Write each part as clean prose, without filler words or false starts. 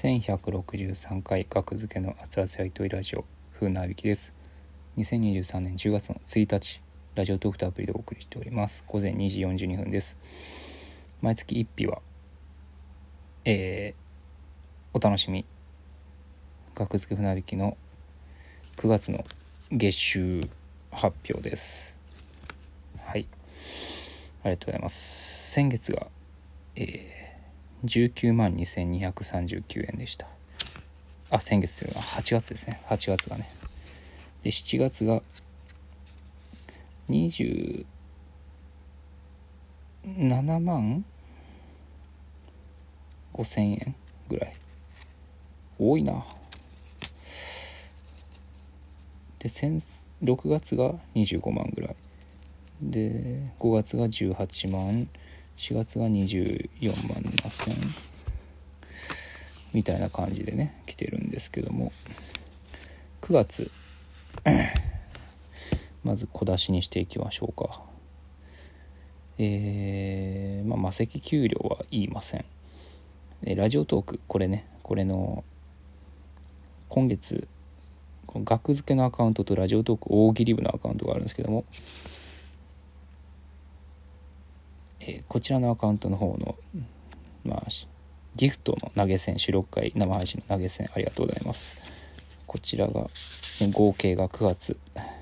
1163回学付けの熱々やりとりラジオ風なびきです。2023年10月の1日ラジオトークとアプリでお送りしております。午前2時42分です。毎月1日はお楽しみ学付け風なびきの9月の月収発表です。はい、ありがとうございます。先月が19万2239円でした。先月というのは8月ですね。8月がね。で、7月が27万5000円ぐらい。多いな。で、6月が25万ぐらい。で、5月が18万、4月が24万7000みたいな感じでね来てるんですけども、9月まず小出しにしていきましょうか。魔石給料は言いません。ラジオトークこれの今月学付けのアカウントとラジオトーク大喜利部のアカウントがあるんですけども、こちらのアカウントの方のギフトの投げ銭、収録回生配信の投げ銭ありがとうございます。こちらが合計が9月、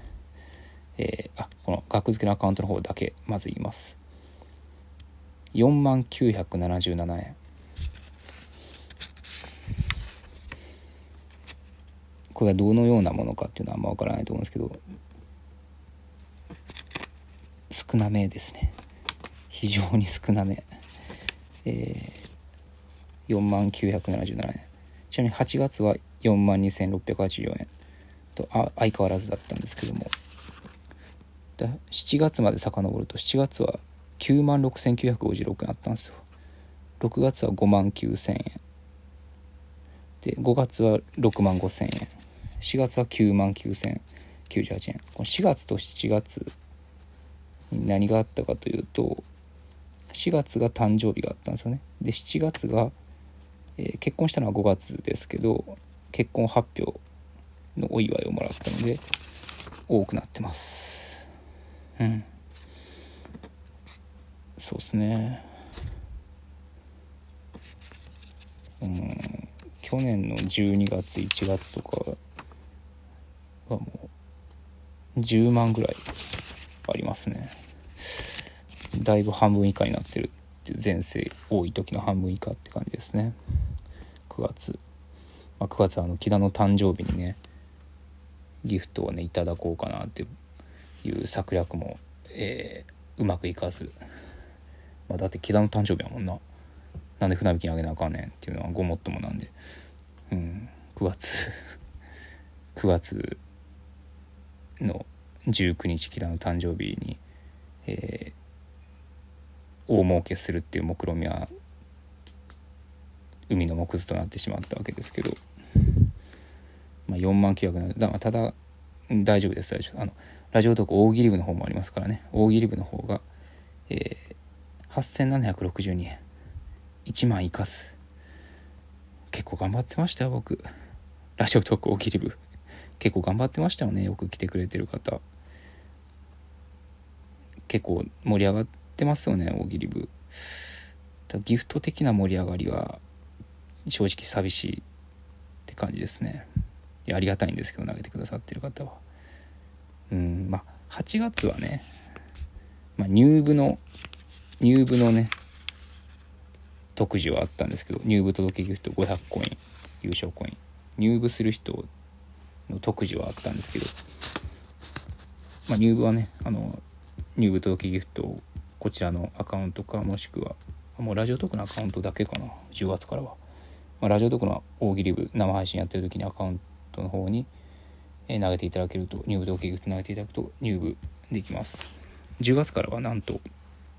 この学付けのアカウントの方だけまず言います。4977円。これはどのようなものかっていうのはあんま分からないと思うんですけど、少なめですね。非常に少なめ。4977円。ちなみに8月は42,684円と相変わらずだったんですけども、7月まで遡ると7月は96,956円あったんですよ。6月は59,000円で、5月は65,000円、4月は99,098円。この4月と7月に何があったかというと、4月が誕生日があったんですよね。で、7月が、結婚したのは5月ですけど、結婚発表のお祝いをもらったので多くなってます。そうですね。去年の12月1月とかはもう10万ぐらいありますね。だいぶ半分以下になってるっていう、前世多い時の半分以下って感じですね。9月、9月は木田の誕生日にねギフトをねいただこうかなっていう策略も、うまくいかず、だって木田の誕生日やもんな。なんで船引きにあげなあかんねんっていうのはごもっともなんで、9月の19日木田の誕生日に、大儲けするっていう目論見は海の藻くずとなってしまったわけですけど、49,000円ただ大丈夫です。ラジオトーク大喜利部の方もありますからね。大喜利部の方が、8,762円、1万いかす。結構頑張ってましたよ僕。ラジオトーク大喜利部結構頑張ってましたよね。よく来てくれてる方結構盛り上がってますよね大喜利部。ギフト的な盛り上がりは正直寂しいって感じですね。いやありがたいんですけど、投げてくださってる方は。8月はね、入部のね特需はあったんですけど、入部届ギフト500コイン、優勝コイン、入部する人の特需はあったんですけど、入部はね入部届ギフトをこちらのアカウントか、もしくはもうラジオトークのアカウントだけかな。10月からは、ラジオトークの大喜利部生配信やってる時にアカウントの方に投げていただけると、入部届ギフト投げていただくと入部できます。10月からはなんと、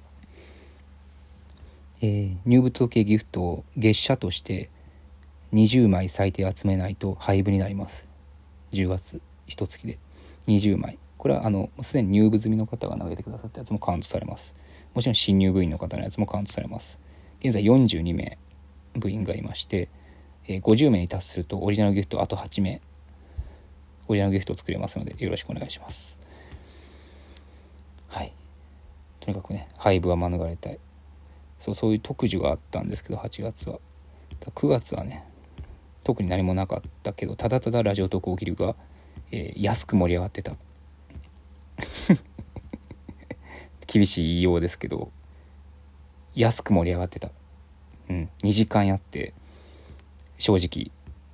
入部届ギフトを月謝として20枚最低集めないと廃部になります。10月1月で20枚。これはすでに入部済みの方が投げてくださったやつもカウントされます。もちろん新入部員の方のやつもカウントされます。現在42名部員がいまして、 50名に達するとオリジナルギフトあと8名オリジナルギフトを作れますのでよろしくお願いします。はい、とにかくね廃部は免れたい。そういう特需があったんですけど8月は。9月はね特に何もなかったけどただただラジオトーク大喜利が、安く盛り上がってた厳しい言いようですけど安く盛り上がってた。2時間やって正直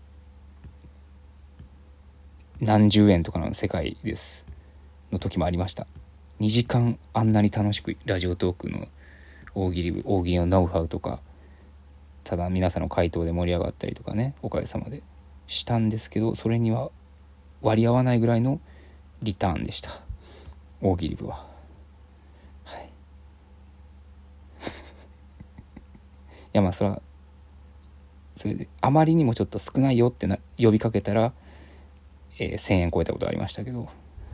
何十円とかの世界ですの時もありました。2時間あんなに楽しくラジオトークの大喜利のノウハウとかただ皆さんの回答で盛り上がったりとかねおかげさまでしたんですけどそれには割り合わないぐらいのリターンでした大喜利部は。はいいやまあそれであまりにもちょっと少ないよって呼びかけたら、1000円超えたことありましたけど、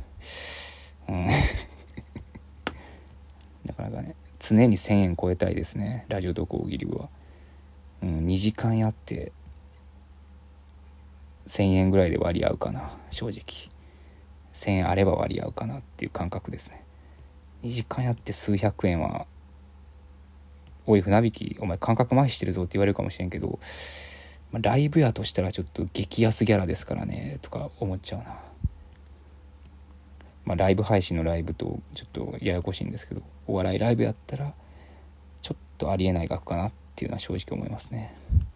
なかなかね常に1000円超えたいですねラジオトーク大喜利部は。2時間やって1000円ぐらいで割り合うかな。正直1000円あれば割り合うかなっていう感覚ですね。2時間やって数百円はおい船引きお前感覚麻痺してるぞって言われるかもしれんけど、ライブやとしたらちょっと激安ギャラですからねとか思っちゃうな。ライブ配信のライブとちょっとややこしいんですけどお笑いライブやったらちょっとありえない額かなっていうのは正直思いますね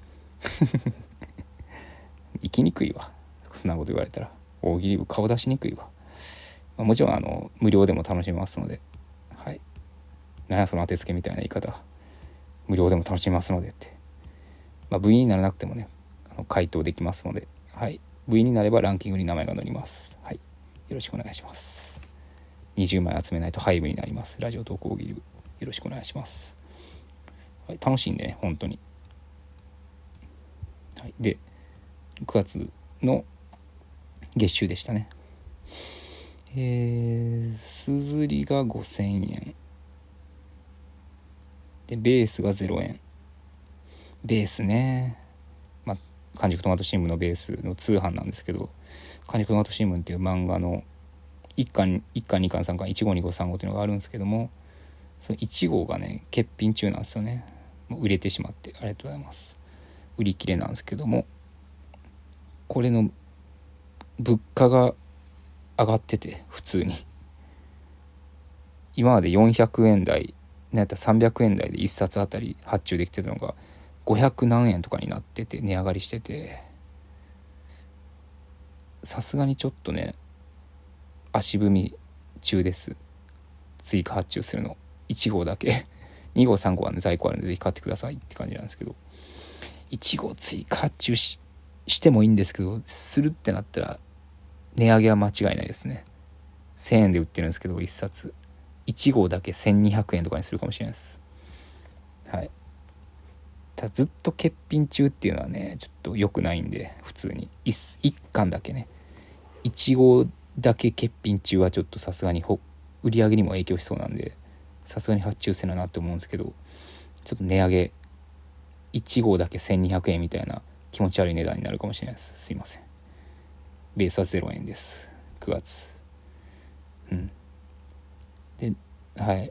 生きにくいわそんなこと言われたら。大喜利部顔出しにくいわ。もちろん無料でも楽しめますので、はい、なんやその当てつけみたいな言い方。無料でも楽しめますのでって、部員にならなくてもね回答できますので、はい、部員になればランキングに名前が載ります。はい、よろしくお願いします。20枚集めないと廃部になりますラジオトーク大喜利部。よろしくお願いします。はい、楽しいんでね本当に。はい、で9月の月収でしたね。すずりが5000円でベースが0円。ベースね完熟トマト新聞のベースの通販なんですけど完熟トマト新聞っていう漫画の1巻2巻3巻1号2号3号っていうのがあるんですけどもその1号がね欠品中なんですよね。もう売れてしまってありがとうございます。売り切れなんですけどもこれの物価が上がってて普通に今まで400円台なんやったら300円台で1冊あたり発注できてたのが500何円とかになってて値上がりしててさすがにちょっとね足踏み中です。追加発注するの1号だけ2号3号は、ね、在庫あるんでぜひ買ってくださいって感じなんですけど1号追加発注してもいいんですけどするってなったら値上げは間違いないですね。1000円で売ってるんですけど1冊1号だけ1200円とかにするかもしれないです。はい。ただずっと欠品中っていうのはねちょっと良くないんで普通に 1巻だけね1号だけ欠品中はちょっとさすがに売り上げにも影響しそうなんでさすがに発注せななって思うんですけどちょっと値上げ1号だけ1200円みたいな気持ち悪い値段になるかもしれないです。すいません。ベースは0円です9月。ではい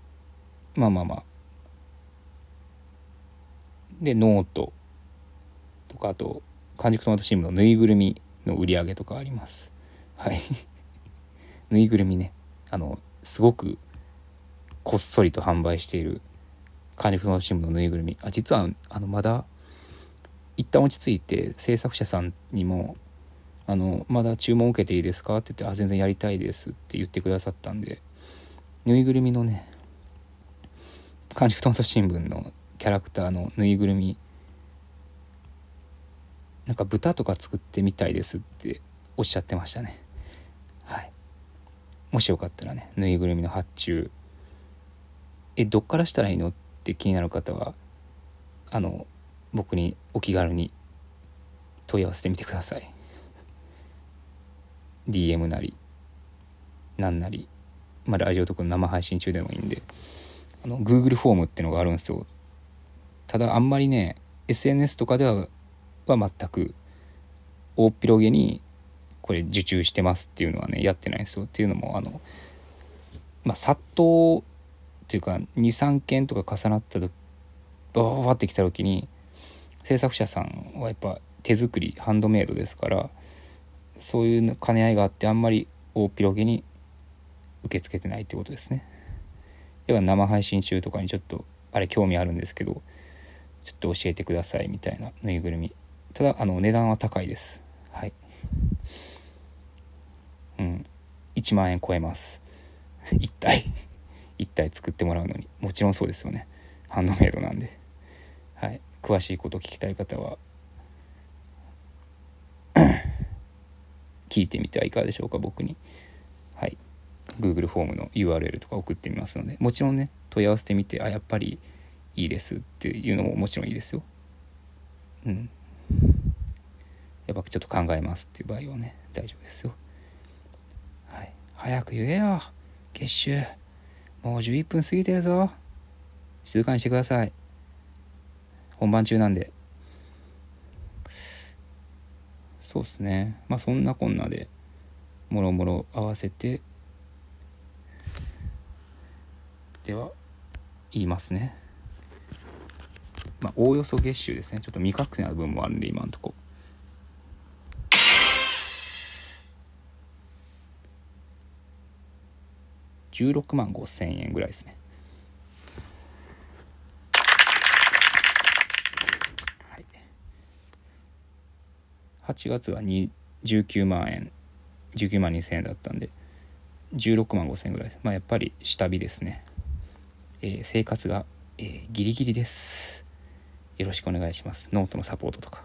でノートとかあと完熟トマト新聞のぬいぐるみの売り上げとかあります。はいぬいぐるみねすごくこっそりと販売している完熟トマト新聞のぬいぐるみ実はまだ一旦落ち着いて制作者さんにもまだ注文受けていいですかって言って全然やりたいですって言ってくださったんでぬいぐるみのね完熟トマト新聞のキャラクターのぬいぐるみなんか豚とか作ってみたいですっておっしゃってましたね。はい。もしよかったらねぬいぐるみの発注どっからしたらいいのって気になる方は僕にお気軽に問い合わせてみてください。DM なりなんなりラジオとかの生配信中でもいいんでGoogle フォームってのがあるんですよ。ただあんまりね SNS とかではは全く大っ広げにこれ受注してますっていうのはねやってないんですよ。っていうのも殺到っていうか 2,3 件とか重なった時バババってきた時に制作者さんはやっぱ手作りハンドメイドですから、そういう兼ね合いがあってあんまり大っ広げに受け付けてないってことですね。だから生配信中とかにちょっとあれ興味あるんですけどちょっと教えてくださいみたいなぬいぐるみ。ただ値段は高いです。はい。1万円超えます一体作ってもらうのに。もちろんそうですよね、ハンドメイドなんで。はい。詳しいこと聞きたい方は聞いてみてはいかがでしょうか、僕に。はい。Google フォームの URL とか送ってみますので、もちろんね問い合わせてみてやっぱりいいですっていうのももちろんいいですよ。やっぱちょっと考えますっていう場合はね大丈夫ですよ。はい。早く言えよ月収、もう11分過ぎてるぞ。静かにしてください、本番中なんで。そうですね。そんなこんなでもろもろ合わせてでは言いますね。おおよそ月収ですね。ちょっと未確定な部分もあるんで今のとこ16万5千円ぐらいですね。はい。8月は19万円19万2千円だったんで16万5千円ぐらいです。やっぱり下火ですね。生活が、ギリギリです。よろしくお願いします。ノートのサポートとか